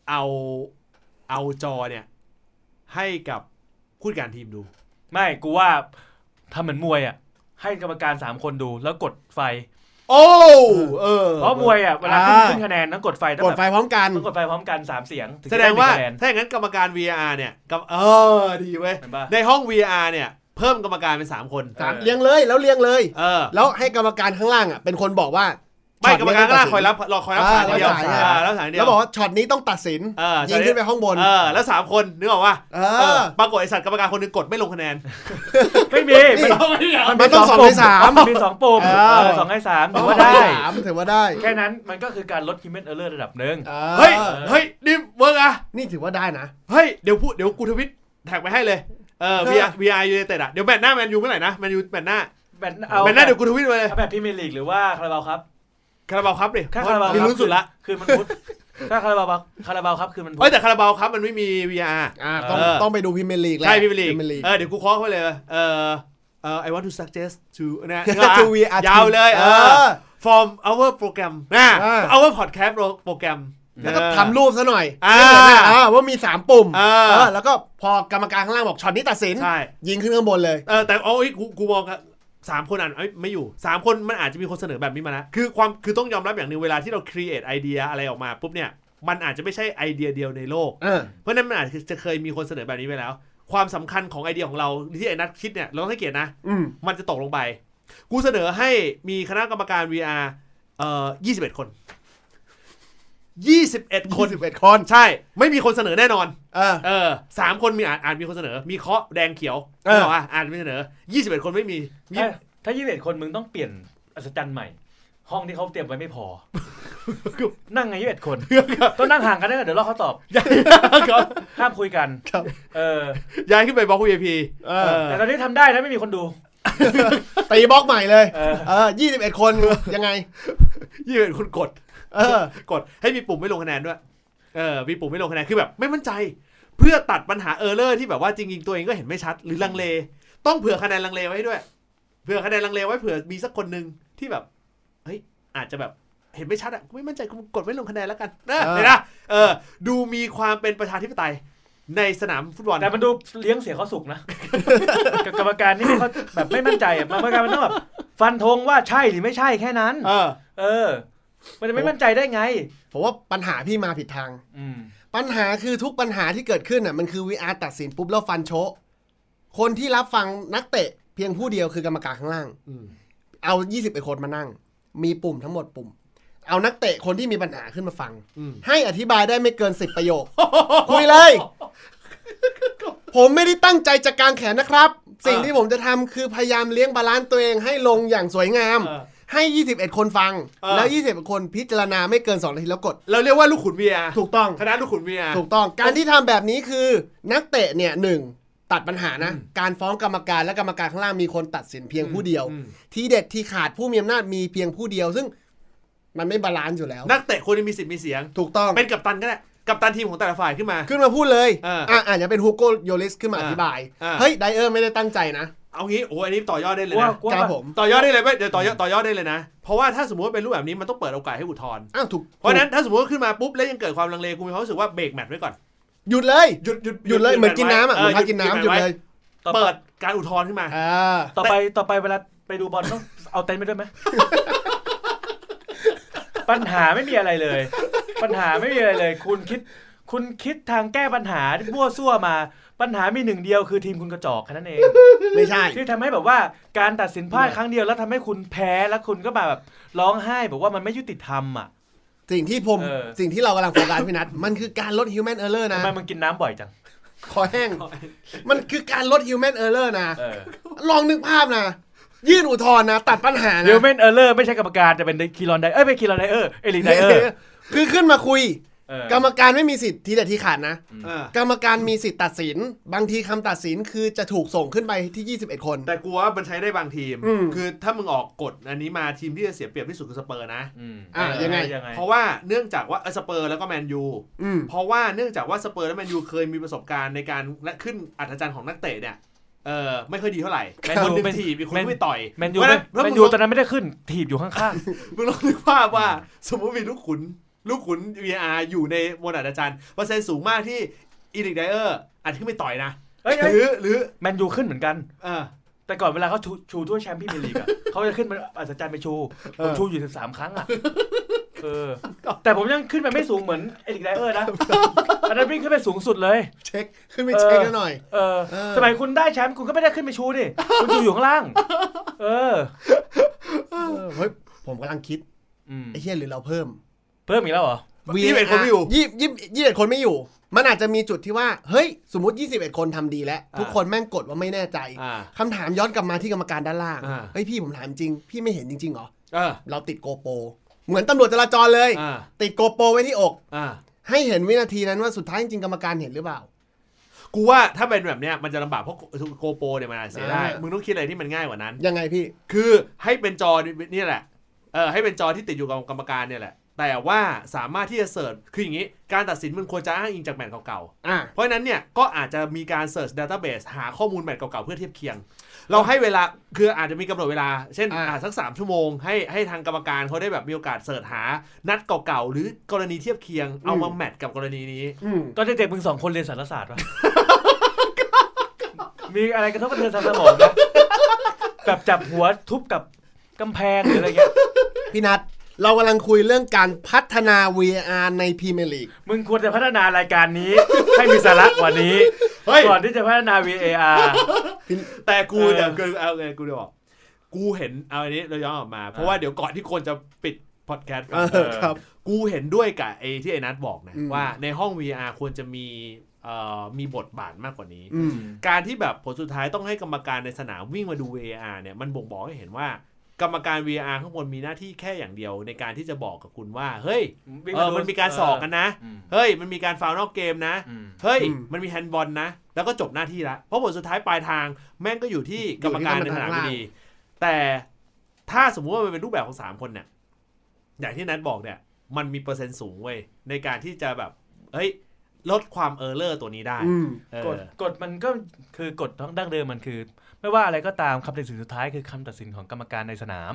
เอาเอาจอเนี่ยให้กับผู้จัดการทีมดูไม่กูว่าทำเหมือนมวยอ่ะให้กรรมการสามคนดูแล้วกดไฟโอ้เออเพราะมวยอ่ะเวลาขึ้นขึ้นคะแนนต้องกดไฟกดไฟพร้อมกันต้องกดไฟพร้อมกันสามเสียงแสดงว่าถ้าอย่างนั้นกรรมการ วี อาร์ เนี่ยกับเออดีเว้ยในห้อง วี อาร์ เนี่ยเพิ่มกรรมการเป็นสามคนเรียงเลยแล้วเรียงเลยเออแล้วให้กรรมการข้างล่างอ่ะเป็นคนบอกว่าไม่กรรมการข้างล่างคอยรับรอคอยรับสายเดียวแล้วสายเดียวแล้วบอกว่าช็อตนี้ต้องตัดสินยิงขึ้นไปห้องบนเออแล้วสามคนนึกออกว่าปรากฏไอ้สัตว์กรรมการคนนึงกดไม่ลงคะแนนไม่มีมันต้องสองในสามมีสองปุ่มสองในสามถือว่าได้ถือว่าได้แค่นั้นมันก็คือการลด human error ระดับนึงเฮ้ยเฮ้ยนี่เวิร์กอะนี่ถือว่าได้นะเฮ้ยเดี๋ยวพูดเดี๋ยวกูทวิตแท็กไปให้เลยเออ วี อาร์ วี อาร์ United อ่ะเดี๋ยวแมตช์หน้าแมนยูเมื่อไหร่นะแมนยูแมตช์หน้าแมตช์เอาแมตช์หน้าเดี๋ยวกูทวิตไปเลยแบบพรีเมียร์ลีกหรือว่าคาราบาวครับคาราบาวครับดิคาราบาวมีลุ้นสุดละคือมันพุทธถ้าคาราบาวคาราบาวครับคือมันเอ้ยแต่คาราบาวครับมันไม่มี วี อาร์อ่าต้องต้องไปดูพรีเมียร์ลีกแล้วใช่พรีเมียร์ลีกเออเดี๋ยวกูเคาะไว้เลยเออเออ I want to suggest to นะ to วี อาร์ยาวเลยเออ from our program นะ our podcast โปรแกรมแล้วก็ทำรูปซะหน่อยว่ามีสามปุ่มแล้วก็พอกรรมการข้างล่างบอกช็อตนี้ตัดสินยิงขึ้นข้างบนเลยเออแต่โอ้ยกูกูมองสามคนอ่านไม่อยู่สามคนมันอาจจะมีคนเสนอแบบนี้มานะคือความคือต้องยอมรับอย่างนึงเวลาที่เรา create ไอเดียอะไรออกมาปุ๊บเนี่ยมันอาจจะไม่ใช่ไอเดียเดียวในโลกเพราะนั้นมันอาจจะเคยมีคนเสนอแบบนี้ไปแล้วความสำคัญของไอเดียของเราที่ไอ้นัทคิดเนี่ยเราต้องให้เกียรตินะมันจะตกลงไปกูเสนอให้มีคณะกรรมการ วี อาร์ เอ่อยี่สิบเอ็ดคนยี่สิบเอ็ดคนสิบเอ็ดคนใช่ไม่มีคนเสนอแน่นอนเออเออสามคนมีอ่านอ่านมีคนเสนอมีเคาะแดงเขียวเอออ่ะอ่านมีเสนอยี่สิบเอ็ดคนไม่มีถ้ายี่สิบเอ็ดคนมึงต้องเปลี่ยนอัศจรรย์ใหม่ห้องที่เขาเตรียมไว้ไม่พอนั่งไงยี่สิบเอ็ดคนต้องนั่งห่างกันได้เดี๋ยวรอเขาตอบห้ามคุยกันเออย้ายขึ้นไปบล็อก วี ไอ พีแต่ตอนนี้ทำได้นะไม่มีคนดูตีบล็อกใหม่เลยเออยี่สิบเอ็ดคนยังไงยี่สิบเอ็ดคนกดเออกดให้มีปุ่มไม่ลงคะแนนด้วยเออมีปุ่มไม่ลงคะแนนคือแบบไม่มั่นใจเพื่อตัดปัญหาเออร์เลอร์ที่แบบว่าจริงๆตัวเองก็เห็นไม่ชัดหรือลังเลต้องเผื่อคะแนนลังเลไว้ด้วยเผื่อคะแนนลังเลไว้เผื่อมีสักคนนึงที่แบบเฮ้ยอาจจะแบบเห็นไม่ชัดอ่ะไม่มั่นใจกูกดไม่ลงคะแนนแล้วกันนะเห็นนะเออดูมีความเป็นประชาธิปไตยในสนามฟุตบอลแต่มันดูเลี้ยงเสียข้อสุกนะกรรมการนี่เขาแบบไม่มั่นใจอ่ะกรรมการมันต้องแบบฟันธงว่าใช่หรือไม่ใช่แค่นั้นเออเออมันจะไม่มั่นใจได้ไงผมว่าปัญหาพี่มาผิดทางปัญหาคือทุกปัญหาที่เกิดขึ้นอ่ะมันคือ วี อาร์ ตัดสินปุ๊บแล้วฟันโชะคนที่รับฟังนักเตะเพียงผู้เดียวคือกรรมการข้างล่างเอายี่สิบเอ็ดคนมานั่งมีปุ่มทั้งหมดปุ่มเอานักเตะคนที่มีปัญหาขึ้นมาฟังให้อธิบายได้ไม่เกินสิบประโยคคุยเลยผมไม่ได้ตั้งใจจะกางแขนนะครับสิ่งที่ผมจะทำคือพยายามเลี้ยงบาลานซ์ตัวเองให้ลงอย่างสวยงามให้ยี่สิบเอ็ดคนฟังแล้วยี่สิบเอ็ดคนพิจารณาไม่เกินสองนาทีแล้วกดเราเรียกว่าลูกขุน วี อาร์ถูกต้องคณะลูกขุน วี อาร์ถูกต้องการที่ทำแบบนี้คือนักเตะเนี่ยหนึ่งตัดปัญหานะการฟ้องกรรมการและกรรมการข้างล่างมีคนตัดสินเพียงผู้เดียวทีเด็ดที่ขาดผู้มีอำนาจมีเพียงผู้เดียวซึ่งมันไม่บาลานซ์อยู่แล้วนักเตะคนมีสิทธิ์มีเสียงถูกต้องเป็นกัปตันก็ได้กัปตันทีมของแต่ละฝ่ายขึ้นมาขึ้นมาพูดเลยอ่าอาจจะเป็นฮูโก้โยลิสขึ้นมาอธิบายเฮ้ยไดเออร์ไม่ได้ตั้งใจนะเอางี้โอ้อันนี้ต่อยอดได้เลยนะครับผมต่อยอดได้เลยไม่เดี๋ยวต่อยอดต่อยอดได้เลยนะเพราะว่าถ้าสมมติว่าเป็นรูปแบบนี้มันต้องเปิดโอกาสให้อุทธรณ์อ้าวถูกเพราะนั้นถ้าสมมติว่าขึ้นมาปุ๊บแล้วยังเกิดความลังเลกูมีความรู้สึกว่าเบรกแมตช์ไว้ก่อนหยุดเลยหยุดหยุดหยุดเลยเหมือนกินน้ำอ่ะเหมือนพากินน้ำหยุดเลยเปิดการอุทธรณ์ขึ้นมาต่อไปต่อไปเวลาไปดูบอลต้องเอาเต็นท์ไปด้วยไหมปัญหาไม่มีอะไรเลยปัญหาไม่มีอะไรเลยคุณคิดคุณคิดทางแก้ปัญหาที่มั่วซั่วมาปัญหามีหนึ่งเดียวคือทีมคุณกระจอกแค่นั้นเองไม่ใช่ที่ทำให้แบบว่าการตัดสินพลาดครั้งเดียวแล้วทำให้คุณแพ้แล้วคุณก็แบบร้องไห้บอกว่ามันไม่ยุติธรรมอ่ะสิ่งที่ผมสิ่งที่เรากำลังโฟกัสพี่นัทมันคือการลด human error นะทำไมมันกินน้ำบ่อยจังคอแห้งมันคือการลด human error นะลองนึกภาพนะยื่นอุทธรณ์นะตัดปัญหานะ human error ไม่ใช่กรรมการจะเป็นคีรอนไดเอ้ยเป็นคีรอนไดเออร์เอลิกไดเออร์คือขึ้นมาคุยกรรมการไม่มีสิทธิ์ทีเด็ดทีขาดนะกรรมการมีสิทธิ์ตัดสินบางทีคำตัดสินคือจะถูกส่งขึ้นไปที่ยี่สิบเอ็ดคนแต่กูว่ามันใช้ได้บางทีมคือถ้ามึงออกกฎอันนี้มาทีมที่จะเสียเปรียบที่สุดคือสเปอร์นะอ่ายังไงเพราะว่าเนื่องจากว่าสเปอร์แล้วก็แมนยูเพราะว่าเนื่องจากว่าสเปอร์และแมนยูเคยมีประสบการณ์ในการและขึ้นอัศจรรย์ของนักเตะเนี่ยเออไม่ค่อยดีเท่าไหร่แมนยูเป็นทีมมีคนไม่ต่อยแมนยูแมนยูตอนนั้นไม่ได้ขึ้นถีบอยู่ข้างๆมึงลองนึกภาพว่าสมมติมีลูกขุนลูกขุน วี อาร์ อยู่ในมวลอาจารย์เปอร์เซ็นต์สูงมากที่อีริกไดเออร์อาจจะขึ้นไปต่อยนะหรือหรือแมนยูขึ้นเหมือนกันอ่าแต่ก่อนเวลาเขาชูถ้วยแชมป์พรีเมียร์ลีกอ่ะเขาจะขึ้นมาอาจารย์ไปชูผมชูอยู่ถึงสามครั้งอ่ะเออแต่ผมยังขึ้นไปไม่สูงเหมือนเอริกไดเออร์นะอันนั้นวิ่งขึ้นไปสูงสุดเลยเช็คขึ้นไปเช็คหน่อยเออสมัยคุณได้แชมป์คุณก็ไม่ได้ขึ้นไปชูดิคุณอยู่อยู่ข้างล่างเออเฮ้ยผมกำลังคิดไอ้เหี้ยหรือเราเพิ่มเพิ่มอีกแล้วเหรอยี่สิบเอ็ดคนไม่อยู่ยี่ยี่ยี่สิบเอ็ดคนไม่อยู่มันอาจจะมีจุดที่ว่าเฮ้ยสมมติยี่สิบเอ็ดคนทำดีแล้วทุกคนแม่งกดว่าไม่แน่ใจคำถามย้อนกลับมาที่กรรมการด้านล่างเฮ้ยพี่ผมถามจริงพี่ไม่เห็นจริงๆหรอเราติดโกโปรเหมือนตำรวจจราจรเลยติดโกโปรไว้ที่อกให้เห็นวินาทีนั้นว่าสุดท้ายจริงๆกรรมการเห็นหรือเปล่ากูว่าถ้าเป็นแบบเนี้ยมันจะลำบากเพราะโกโปรเนี่ยมันอาจเสียได้มึงต้องคิดอะไรที่มันง่ายกว่านั้นยังไงพี่คือให้เป็นจอนี่แหละเออให้เป็นจอที่ติดอยู่กับกรรมการเนี่ยแหละแต่ว่าสามารถที่จะเสิร์ชคืออย่างนี้การตัดสินมันควรจะอ้างอิงจากแมตช์เก่าๆเพราะฉะนั้นเนี่ยก็อาจจะมีการเสิร์ชดัตต้าเบสหาข้อมูลแมตช์เก่าๆเพื่อเทียบเคียงเราให้เวลาคืออาจจะมีกำหนดเวลาเช่นอ่าสักสามชั่วโมงให้ให้ทางกรรมการเขาได้แบบมีโอกาสเสิร์ชหานัดเก่าๆหรือกรณีเทียบเคียงเอามาแมตช์กับกรณีนี้ตอนเด็กๆมึงสองคนเรียนสารศาสตร์ป่ะมีอะไรกระทบกระเทือนทางสมองนะแบบจับหัวทุบกับกำแพงหรืออะไรเงี้ยพี่นัทเรากำลังคุยเรื่องการพัฒนา วี อาร์ ในพรีเมียร์ลีกมึงควรจะพัฒนารายการนี้ให้มีสาระกว่านี้ก่อนที่จะพัฒนา วี เอ อาร์แต่กูเดี๋ยวกูเอาไงกูจะบอกกูเห็นเอาอันนี้เราย้อนออกมาเพราะว่าเดี๋ยวก่อนที่คนจะปิดพอดแคสต์กูเห็นด้วยกับไอ้ที่ไอ้นัทบอกนะว่าในห้อง วี อาร์ ควรจะมีมีบทบาทมากกว่านี้การที่แบบผลสุดท้ายต้องให้กรรมการในสนามวิ่งมาดู วี เอ อาร์ เนี่ยมันบ่งบอกให้เห็นว่ากรรมการ วี อาร์ ข้างบนมีหน้าที่แค่อย่างเดียวในการที่จะบอกกับคุณว่าเฮ้ยเออมันมีการสอกกันนะเฮ้ยมันมีการฟาวล์นอกเกมนะเฮ้ยมันมีแฮนด์บอลนะแล้วก็จบหน้าที่ละเพราะผลสุดท้ายปลายทางแม่งก็อยู่ที่กรรมการในสนามดีแต่ถ้าสมมุติว่ามันเป็นรูปแบบของสามคนเนี่ยอย่างที่นัทบอกเนี่ยมันมีเปอร์เซ็นต์สูงเว้ยในการที่จะแบบเฮ้ยลดความเออร์เลอร์ตัวนี้ได้กฎกฎมันก็คือกฎทั้งดั้งเดิมมันคือไม่ว่าอะไรก็ตามคำตัดสินสุดท้ายคือคำตัดสินของกรรมการในสนาม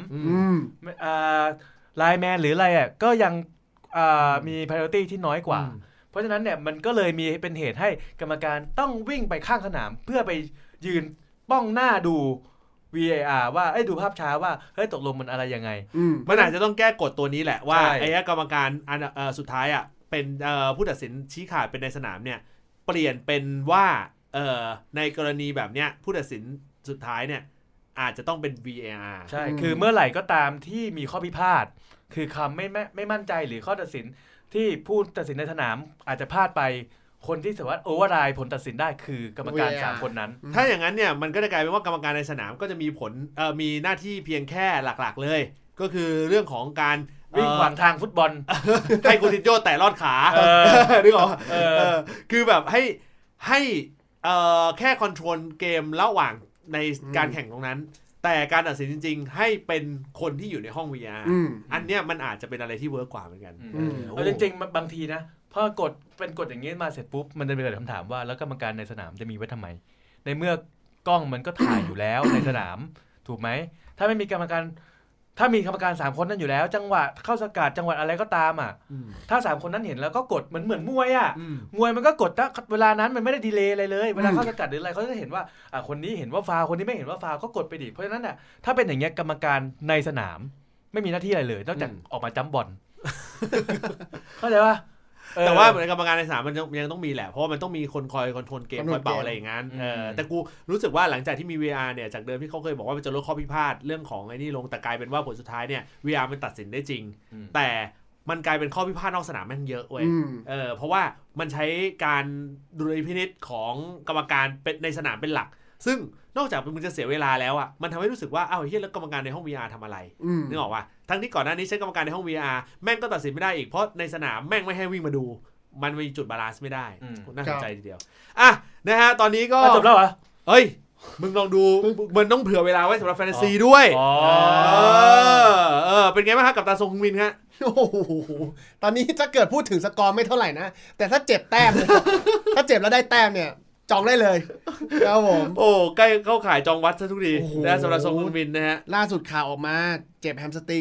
ไลน์แมนหรืออะไรอ่ะก็ยังมี priority ที่น้อยกว่าเพราะฉะนั้นเนี่ยมันก็เลยมีเป็นเหตุให้กรรมการต้องวิ่งไปข้างสนามเพื่อไปยืนป้องหน้าดู วี เอ อาร์ ว่าเอ้ยดูภาพช้าว่าเฮ้ยตกลงมันอะไรยังไงมันอาจจะต้องแก้กฎตัวนี้แหละว่าไอ้กรรมการอันสุดท้ายอ่ะเป็นผู้ตัดสินชี้ขาดเป็นในสนามเนี่ยเปลี่ยนเป็นว่าในกรณีแบบเนี้ยผู้ตัดสินสุดท้ายเนี่ยอาจจะต้องเป็น วี เอ อาร์ใช่คือเมื่อไหร่ก็ตามที่มีข้อพิพาทคือคำไม่ไม่ไม่มั่นใจหรือข้อตัดสินที่ผู้ตัดสินในสนามอาจจะพลาดไปคนที่สามารถโอเวอร์ไรด์ผลตัดสินได้คือกรรมการสามคนนั้นถ้าอย่างนั้นเนี่ยมันก็จะกลายเป็นว่ากรรมการในสนามก็จะมีผลเอ่อมีหน้าที่เพียงแค่หลักๆเลยก็คือเรื่องของการวิ่งขวางทางฟุตบอลให้กูติโจแต่ลอดขานึกออกคือแบบให้ให้แค่คอนโทรลเกมระหว่างในการแข่งตรงนั้นแต่การตัดสินจริงๆให้เป็นคนที่อยู่ในห้อง วี อาร์ อันเนี้ยมันอาจจะเป็นอะไรที่เวิร์กกว่าเหมือนกันเอาจริงๆบางทีนะพอกฎเป็นกฎอย่างนี้มาเสร็จปุ๊บมันจะเกิดคำถามว่าแล้วกรรมการในสนามจะมีไว้ทำไมในเมื่อกล้องมันก็ถ่ายอยู่แล้วในสนามถูกไหมถ้าไม่มีกรรมการถ้ามีกรรมการสามคนนั้นอยู่แล้วจังหวะเข้าสกัดจังหวะอะไรก็ตามอ่ะถ้าสามคนนั้นเห็นแล้วก็กดเหมือนเหมือนมวยอ่ะมวยมันก็กดถ้าเวลานั้นมันไม่ได้ดีเลย์อะไรเลยเวลาเข้าสกัดหรืออะไรเขาจะเห็นว่าอ่ะคนนี้เห็นว่าฟาวล์คนนี้ไม่เห็นว่าฟาวล์ก็กดไปดิเพราะฉะนั้นน่ะถ้าเป็นอย่างเงี้ยกรรมการในสนามไม่มีหน้าที่อะไรเลยนอกจากออกมาจัมป์บอลเข้าใจป่ะแต่ว่าเหมือนกรรมการในสนามมันยังต้องมีแหละเพราะว่ามันต้องมีคนคอยคอนโทรลเกมคอยเป่าอะไรอย่างงั้นแต่กูรู้สึกว่าหลังจากที่มี วี อาร์ เนี่ยจากเดิมที่เขาเคยบอกว่ามันจะลดข้อพิพาทเรื่องของไอ้นี่ลงแต่กลายเป็นว่าผลสุดท้ายเนี่ย วี อาร์ มันตัดสินได้จริงแต่มันกลายเป็นข้อพิพาทนอกสนามแม่งเยอะเว้ยเออเพราะว่ามันใช้การดุลยพินิจของกรรมการเป็นในสนามเป็นหลักซึ่งนอกจากมันจะเสียเวลาแล้วอ่ะมันทำให้รู้สึกว่าอ้าวเฮ้ยแล้วกรรมการในห้อง วี อาร์ ทำอะไรนึกออกป่ะทั้งที่ก่อนหน้านี้ใช้กรรมการในห้อง วี อาร์ แม่งก็ตัดสินไม่ได้อีกเพราะในสนามแม่งไม่ให้วิ่งมาดูมันมีจุดบาลานซ์ไม่ได้น่าสนใจทีเดียวอ่ะนะฮะตอนนี้ก็จบแล้วเหรอเฮ้ยมึงลองดูมันต้องเผื่อเวลาไว้สำหรับแฟนตาซีด้วยเออเออเป็นไงบ้างครับกับตาทรงวินฮะโอ้โหตอนนี้ถ้าเกิดพูดถึงสกอร์ไม่เท่าไหร่นะแต่ถ้าเจ็บแต้มถ้าเจ็บแล้วได้แต้มเนี่ยจองได้เลยครับผมโอ้ใกล้เข้าขายจองวัดซะทุกทีนะสำหรับทรงวินนะฮะล่าสุดข่าวออกมาเจ็บแฮมสตริง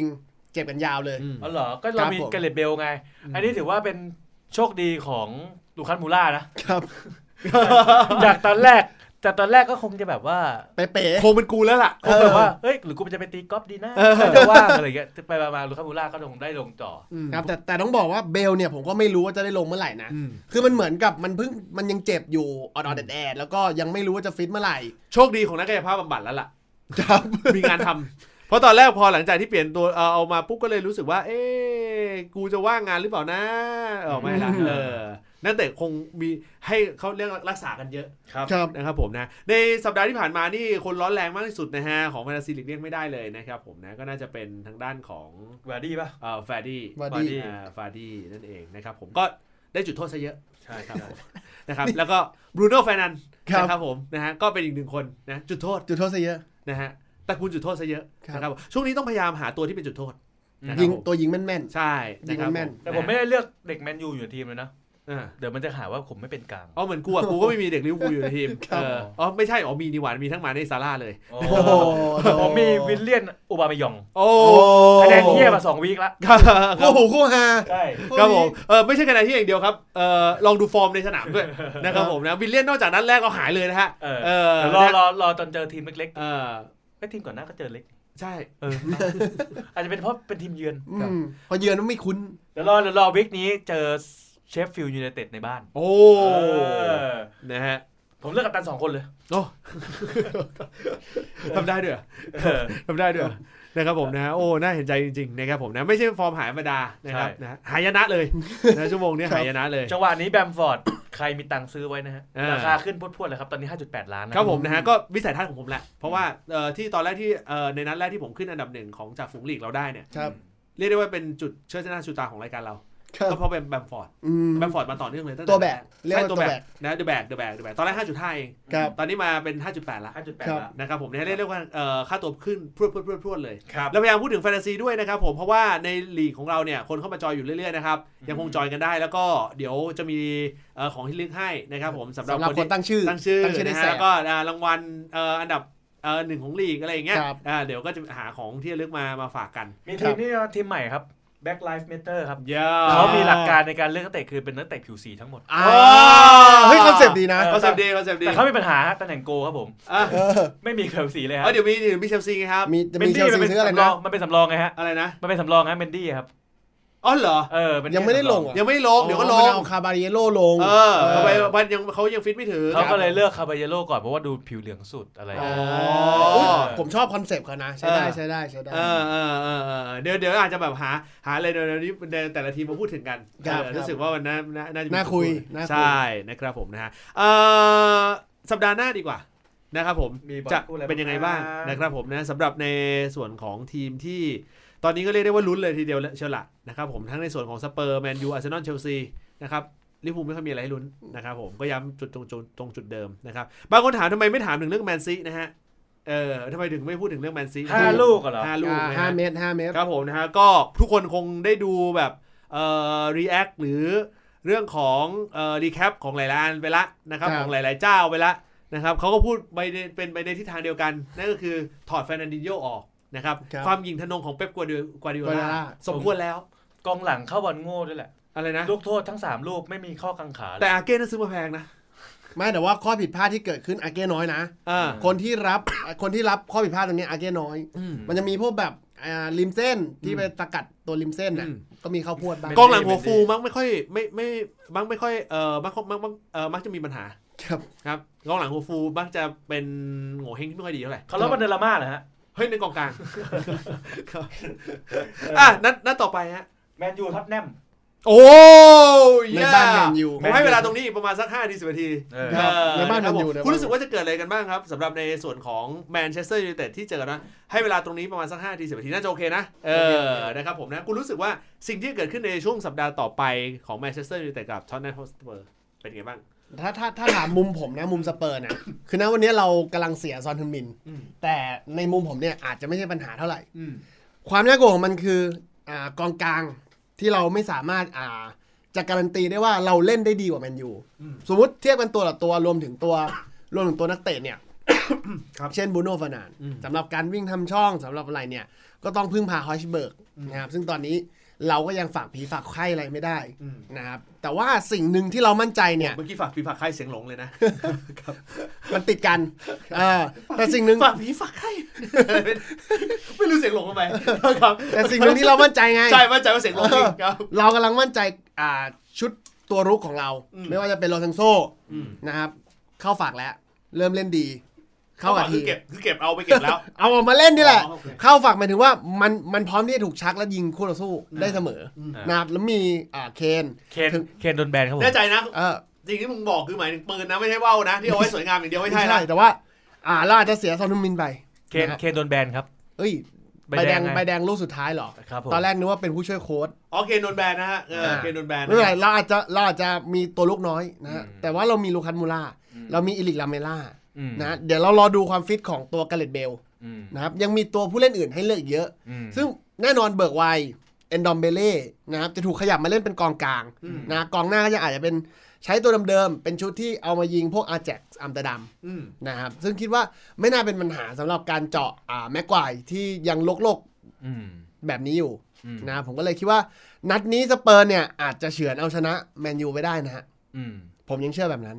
เจ็บกันยาวเลยอ๋อเหรอก็เรามีเกเรตเบลไงอันนี้ถือว่าเป็นโชคดีของลูคัสมูล่านะครับจากตอนแรกแต่ตอนแรกก็คงจะแบบว่าเป๊ะคงเป็นกูแล้วล่ะคงแบบว่าเฮ้ยหรือกูจะไปตีกอล์ฟดีนะจะว่างอะไรเงี้ยไปมาลูคัสมูล่าก็คงได้ลงต่อครับแต่แต่ต้องบอกว่าเบลเนี่ยผมก็ไม่รู้ว่าจะได้ลงเมื่อไหร่นะคือมันเหมือนกับมันเพิ่งมันยังเจ็บอยู่ออดๆแอดๆแล้วก็ยังไม่รู้ว่าจะฟิตเมื่อไหร่โชคดีของนักกายภาพบำบัดแล้วล่ะมีงานทำเพราะตอนแรกพอหลังจากที่เปลี่ยนตัวเอามาปุ๊บก็เลยรู้สึกว่าเอ๊ะกูจะว่างงานหรือเปล่านะเออไม่ละเออนักเตะคงมีให้เขาเรียกรักษากันเยอะครับนะครับผมนะในสัปดาห์ที่ผ่านมานี่คนร้อนแรงมากที่สุดนะฮะของแฟนตาซีลีกเรียกไม่ได้เลยนะครับผมนะก็น่าจะเป็นทางด้านของวาร์ดี้ป่ะเอ่อฟาดี้วาร์ดี้อ่าฟาดี้นั่นเองนะครับผมก็ได้จุดโทษซะเยอะใช่ครับนะครับแล้วก็บรูโน่เฟร์นันด์นะครับผมนะฮะก็เป็นอีกหนึ่งคนนะจุดโทษจุดโทษซะเยอะนะฮะตระกูลจุดโทษซะเยอะนะครับช่วงนี้ต้องพยายามหาตัวที่เป็นจุดโทษยิงตัวยิงแม่นๆใช่ยิงแม่นแต่ผมไม่ได้เลือกเด็กแมนยูอยู่ในทีมเลยนะเดี๋ยวมันจะหาว่าผมไม่เป็นกลางอ๋อเหมือนกูอ่ะกูก็ไม่มีเด็กลิเวอร์พูลอยู่ในทีมอ๋อไม่ใช่อ๋อมีนี่หว่ามีทั้งมาในซาร่าเลยผมมีวิลเลียนอุบาเมยองโอ้คะแนนเทียบมาสองวีคละโอ้โหคู่ฮาใช่ครับผมเออไม่ใช่คะแนนที่อย่างเดียวครับเออลองดูฟอร์มในสนามด้วยนะครับผมนะวิลเลียนนอกจากนั้นแรกเราหายเลยนะฮะเออรอรอรอจนเจอทีมเล็กๆเออไอ้ทีมก่อนหน้าก็เจอเล็กใช่เอออาจจะเป็นเพราะเป็นทีมเยือนพอเยือนไม่คุ้นเดี๋ยวรอเดี๋ยวรอวิกนี้เจอเชฟฟิลด์ยูไนเต็ดในบ้านโอ้นะฮะผมเลือกกัปตันสองคนเลยโอ้ทำได้ด้วยทำได้ด้วยนะครับผมนะโอ้น่าเห็นใจจริงๆนะครับผมนะไม่ใช่ฟอร์มหายธรรมดานะครับนะหายนะเลยนะชั่วโมงนี้หายนะเลยจังหวะนี้แบมฟอร์ดใครมีตังค์ซื้อไว้นะฮะราคาขึ้นพรวดๆเลยครับตอนนี้ ห้าจุดแปด ล้านครับผมนะฮะก็วิสัยทัศน์ของผมแหละเพราะว่าที่ตอนแรกที่ในนัดแรกที่ผมขึ้นอันดับหนึ่งของจากฝูงลีกเราได้เนี่ยเรียกได้ว่าเป็นจุดเชิดหน้าชูตาของรายการเราก็เพราะเป็นแบมฟอร์ดแบมฟอร์ดมาต่อเนื่องเลยตั้งแต่ตัวแบกใช่ตัวแบกนะเดอะแบกเดอะแบกเดอะแบกตอนแรก ห้าจุดห้า เองตอนนี้มาเป็น ห้าจุดแปด ละห้าจุดแปด ละนะครับผมเนี่ยเรียกว่าค่าตัวขึ้นพรวดพรวดพรวดพรวดเลยแล้วพยายามพูดถึงแฟนตาซีด้วยนะครับผมเพราะว่าในลีกของเราเนี่ยคนเข้ามาจอยอยู่เรื่อยๆนะครับยังคงจอยกันได้แล้วก็เดี๋ยวจะมีของที่ลึกให้นะครับผมสำหรับคนตั้งชื่อตั้งชื่อแล้วก็รางวัลอันดับหนึ่งของลีกอะไรอย่างเงี้ยเดี๋ยวก็จะหาของที่ลึกมามาฝากกันมีทีมนี่ทีมใหม่ครับBlack Lives Matter ครับเขามีหลักการในการเลือกนักเตะคือเป็นนักเตะผิวสีทั้งหมดเฮ้ยคอนเซ็ปต์ดีนะคอนเซ็ปต์ดีคอนเซ็ปต์ดีแต่เขามีปัญหาตำแหน่งโกครับผมไม่มีผิวสีเลยครับเดี๋ยวมีเดี๋ยวมีเชลซีไงครับมีมีเชลซีซื้ออะไรนะมันเป็นสำรองไงฮะอะไรนะมันเป็นสำรองฮะเมนดี้ครับอ๋อเหรอเออยังไม่ได้ลงยังไม่ลงเดี๋ยวก็ลงเอาคาบาเยโร่ลงเออเขาไปวันยังเขายังฟิตไม่ถึงเขาก็เลยเลือกคาบาเยโร่ก่อนเพราะว่าดูผิวเหลืองสุดอะไรอ๋อผมชอบคอนเซปต์เขานะใช้ได้ใช้ได้ใช้ได้เออเออเออเดี๋ยวเดี๋ยวอาจจะแบบหาหาอะไรเดี๋ยวนี้แต่ละทีมมาพูดถึงกันรู้สึกว่ามันน่าน่าจะน่าคุยใช่นะครับผมนะฮะเออสัปดาห์หน้าดีกว่านะครับผมจะเป็นยังไงบ้างนะครับผมนะสำหรับในส่วนของทีมที่ตอนนี้ก็เรียกได้ว่าลุ้นเลยทีเดียวเชียวละนะครับผมทั้งในส่วนของสเปอร์แมนยูอาร์เซนอลเชลซีนะครับลิเวอร์พูลไม่ค่อยมีอะไรให้ลุ้นนะครับผมก็ย้ำจุดตรงจุดตรงจุดเดิมนะครับบางคนถามทำไมไม่ถามถึงเรื่องแมนซีนะฮะเออทำไมถึงไม่พูดถึงเรื่องแมนซีห้าลูกเหรอห้าลูกห้าเมตรห้าเมตรครับผมนะฮะก็ทุกคนคงได้ดูแบบเอ่อรีแอคหรือเรื่องของเอ่อรีแคปของหลายๆอันไปละนะครับของหลายๆเจ้าไปละนะครับเขาก็พูดไปเป็นไปในทิศทางเดียวกันนั่นก็คือถอดเฟอร์นันดินโญออกนะครับความยิงทะนงของเป๊ปกัวร์ดิโอลาสมควรแล้วกองหลังเข้าบอลโง่ด้วยแหละอะไรนะลูกโทษทั้งสามลูกไม่มีข้อกังขาแต่อาเก้น่าซื้อมาแพงนะไม่แต่ว่าข้อผิดพลาดที่เกิดขึ้นอาเก้น้อยนะคนที่รับคนที่รับข้อผิดพลาดตรงนี้อาเก้น้อยมันจะมีพวกแบบริมเส้นที่ไปสกัดตัวริมเส้นน่ะก็มีเข้าพวดบ้างกองหลังหัวฟูมักไม่ค่อยไม่ไม่มักไม่ค่อยเอ่อมักมักมักเอ่อมักจะมีปัญหาครับครับกองหลังหัวฟูมักจะเป็นโง่เฮงที่ไม่ค่อยดีเท่าไหร่เขาเล่าบันเดลาม่าเหรอฮะเฮ้ยในกองกลางอ่ะนัดนัดต่อไปฮะแมนยูทับแนมโอ้ยในบ้านแมนยูผมให้เวลาตรงนี้ประมาณสักห้านาทีสิบนาทีในบ้านแมนยูคุณรู้สึกว่าจะเกิดอะไรกันบ้างครับสำหรับในส่วนของแมนเชสเตอร์ยูไนเต็ดที่เจอนะให้เวลาตรงนี้ประมาณสักห้านาทีสิบนาทีน่าจะโอเคนะเออนะครับผมนะคุณรู้สึกว่าสิ่งที่เกิดขึ้นในช่วงสัปดาห์ต่อไปของแมนเชสเตอร์ยูไนเต็ดกับท็อตแนมฮอตสเปอร์เป็นไงบ้างถ้าถ้าถ้าถามมุมผมนะมุมสเปอร์นะคือณวันนี้เรากำลังเสียซอนฮึมมินแต่ในมุมผมเนี่ยอาจจะไม่ใช่ปัญหาเท่าไหร่ความน่ากลัวของมันคืออ่ากองกลางที่เราไม่สามารถอ่าจะการันตีได้ว่าเราเล่นได้ดีกว่าแมนยูสมมุติเทียบกันตัวต่อตัวรวมถึงตัวรวมถึงตัวนักเตะเนี่ยเช่นบูโน่ ฟาร์นันด์สำหรับการวิ่งทำช่องสำหรับอะไรเนี่ยก็ต้องพึ่งพาฮอยชเบิร์กนะครับซึ่งตอนนี้เราก็ยังฝากผีฝากไข้อะไรไม่ได้นะครับแต่ว่าสิ่งหนึ่งที่เรามั่นใจเนี่ยเมื่อกี้ฝากผีฝากไข้เสียงหลงเลยนะมันติดกันแต่สิ่งหนึ่งฝากผีฝากไข้ไม่รู้เสียงหลงทำไมแต่สิ่งหนึ่งที่เรามั่นใจไงใช่มั่นใจว่าเสียงหลงจริงเรากำลังมั่นใจชุดตัวรุกของเราไม่ว่าจะเป็นโรซังโซนะครับเข้าฝากแล้วเริ่มเล่นดีเข้ากับทีเก็บคือเก็บเอาไปเก็บแล้วเอาออกมาเล่นนี่แหละเข้าฝากหมายถึงว่ามันมันพร้อมที่จะถูกชักและยิงคู่ต่อสู้ได้เสมอนะครับแล้วมีอ่าเคนเคนเคนโดนแบนครับผมแน่ใจนะจริงที่มึงบอกคือหมายถึงปืนนะไม่ใช่ว่าวนะที่เอาไว้สวยงามอย่างเดียวไม่ใช่นะแต่ว่าอ่าเราอาจจะเสียซอนฮึงมินไปเคนเคนโดนแบนครับเอ้ยใบแดงใบแดงลูกสุดท้ายเหรอตอนแรกนึกว่าเป็นผู้ช่วยโค้ชอ๋อเคนโดนแบนนะฮะเคนโดนแบนไม่เป็นไรเราอาจจะเราอาจจะมีตัวลูกน้อยนะแต่ว่าเรามีลูคัสมูล่าเรามีอิลิกลาเมล่านะเดี๋ยวเรารอดูความฟิตของตัวกาเลตเบลนะครับยังมีตัวผู้เล่นอื่นให้เลือกเยอะซึ่งแน่นอนเบิร์กไวเอนดอมเบเล่นะครับจะถูกขยับมาเล่นเป็นกองกลางนะกองหน้าก็จะอาจจะเป็นใช้ตัวเดิมๆเป็นชุดที่เอามายิงพวกอาแจ็กซ์อัมสเตอร์ดัมนะครับซึ่งคิดว่าไม่น่าเป็นปัญหาสำหรับการเจาะอ่าแม็กไกวร์ที่ยังลกๆแบบนี้อยู่นะผมก็เลยคิดว่านัดนี้สเปอร์เนี่ยอาจจะเฉือนเอาชนะแมนยูไปได้นะฮะผมยังเชื่อแบบนั้น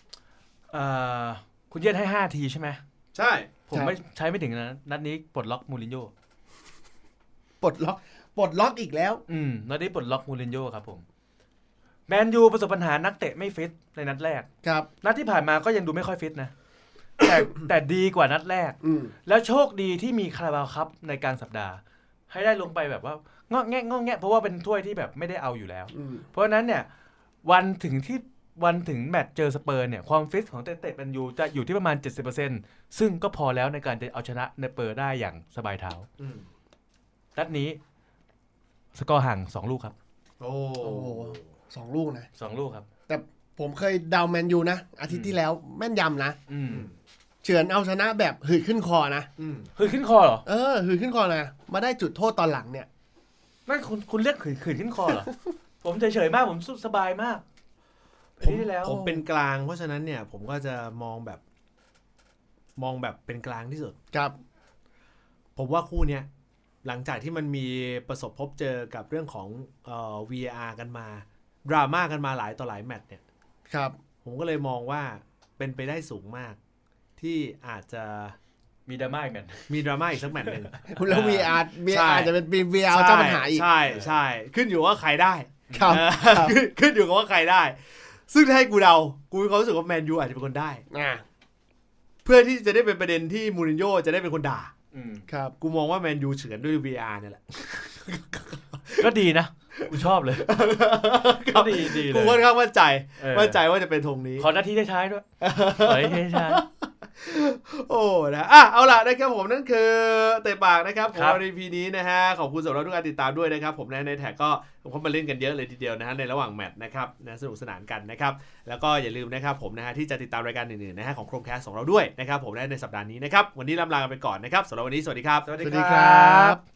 คุณเย็นให้ห้าทีใช่ไหมใช่ผมไม่ใช้ไม่ถึงนะนัดนี้ปลดล็อกมูรินโญ่ปลดล็อกปลดล็อกอีกแล้วอืมนัดนี้ปลดล็อกมูรินโญ่ครับผมแมนยูประสบปัญหานักเตะไม่ฟิตในนัดแรกครับนัดที่ผ่านมาก็ยังดูไม่ค่อยฟิตนะแต่แต่ดีกว่านัดแรกแล้วโชคดีที่มีคาราบาวคัพในกลางสัปดาห์ให้ได้ลงไปแบบว่างอแงะงอแงะเพราะว่าเป็นถ้วยที่แบบไม่ได้เอาอยู่แล้วเพราะฉะนั้นเนี่ยวันถึงที่วันถึงแมตช์เจอสเปอร์เนี่ยความฟิตของเตะๆแมนยูจะอยู่ที่ประมาณ เจ็ดสิบเปอร์เซ็นต์ ซึ่งก็พอแล้วในการจะเอาชนะในเปอร์ได้อย่างสบายเท้านัดนี้สกอร์ห่างสองลูกครับโอ้สองลูกนะสองลูกครับแต่ผมเคยเดาแมนยูนะอาทิตย์ที่แล้วแม่นยำนะเฉือนเอาชนะแบบหืดขึ้นคอนะหืดขึ้นคอเหรอเออหืดขึ้นคอนะมาได้จุดโทษตอนหลังเนี่ยนั่นคุณคุณเรียกหืดหืดขึ้นคอเหรอ ผมเฉยๆมากผมสบายมากผมผมเป็นกลางเพราะฉะนั้นเนี่ยผมก็จะมองแบบมองแบบเป็นกลางที่สุดครับผมว่าคู่เนี้ยหลังจากที่มันมีประสบพบเจอกับเรื่องของเอ่อ วี อาร์ กันมาดราม่ากันมาหลายต่อหลายแมตช์เนี่ยครับผมก็เลยมองว่าเป็นไปได้สูงมากที่อาจจะมีดราม่าอีกแมตช์มีดราม่าอีกสักแมตช์นึงแล้ว วี อาร์ วี อาร์ จะเป็น วี อาร์ เจ้าปัญหาอีกใช่ใช่ขึ้นอยู่ว่าใครได้ครับขึ้นอยู่กับว่าใครได้ซึ่งถ้าให้กูเดากูมีความรู้สึกว่าแมนยูอาจจะเป็นคนได้เพื่อที่จะได้เป็นประเด็นที่มูรินโญ่จะได้เป็นคนด่าครับกูมองว่าแมนยูเฉือนด้วย วี อาร์ เนี่ยแหละก็ดีนะกูชอบเลยก็ดีดีเลยกูค่อนข้างมั่นใจมั่นใจว่าจะเป็นธงนี้ขอนาทีท้ายด้วยขอนาทีท้ายโอ้นะอ่ะเอาล่ะนะครับผมนั่นคือเตะปากนะครับของ อี พี นี้นะฮะขอบคุณสำหรับทุกการติดตามด้วยนะครับผมในแท็กก็ผมมาเล่นกันเยอะเลยทีเดียวนะฮะในระหว่างแมตช์นะครับนะสนุกสนานกันนะครับแล้วก็อย่าลืมนะครับผมนะฮะที่จะติดตามรายการอื่นๆนะฮะของโครมแคสของเราด้วยนะครับผมในสัปดาห์นี้นะครับวันนี้ลำลากันไปก่อนนะครับสำหรับวันนี้สวัสดีครับสวัสดีครับ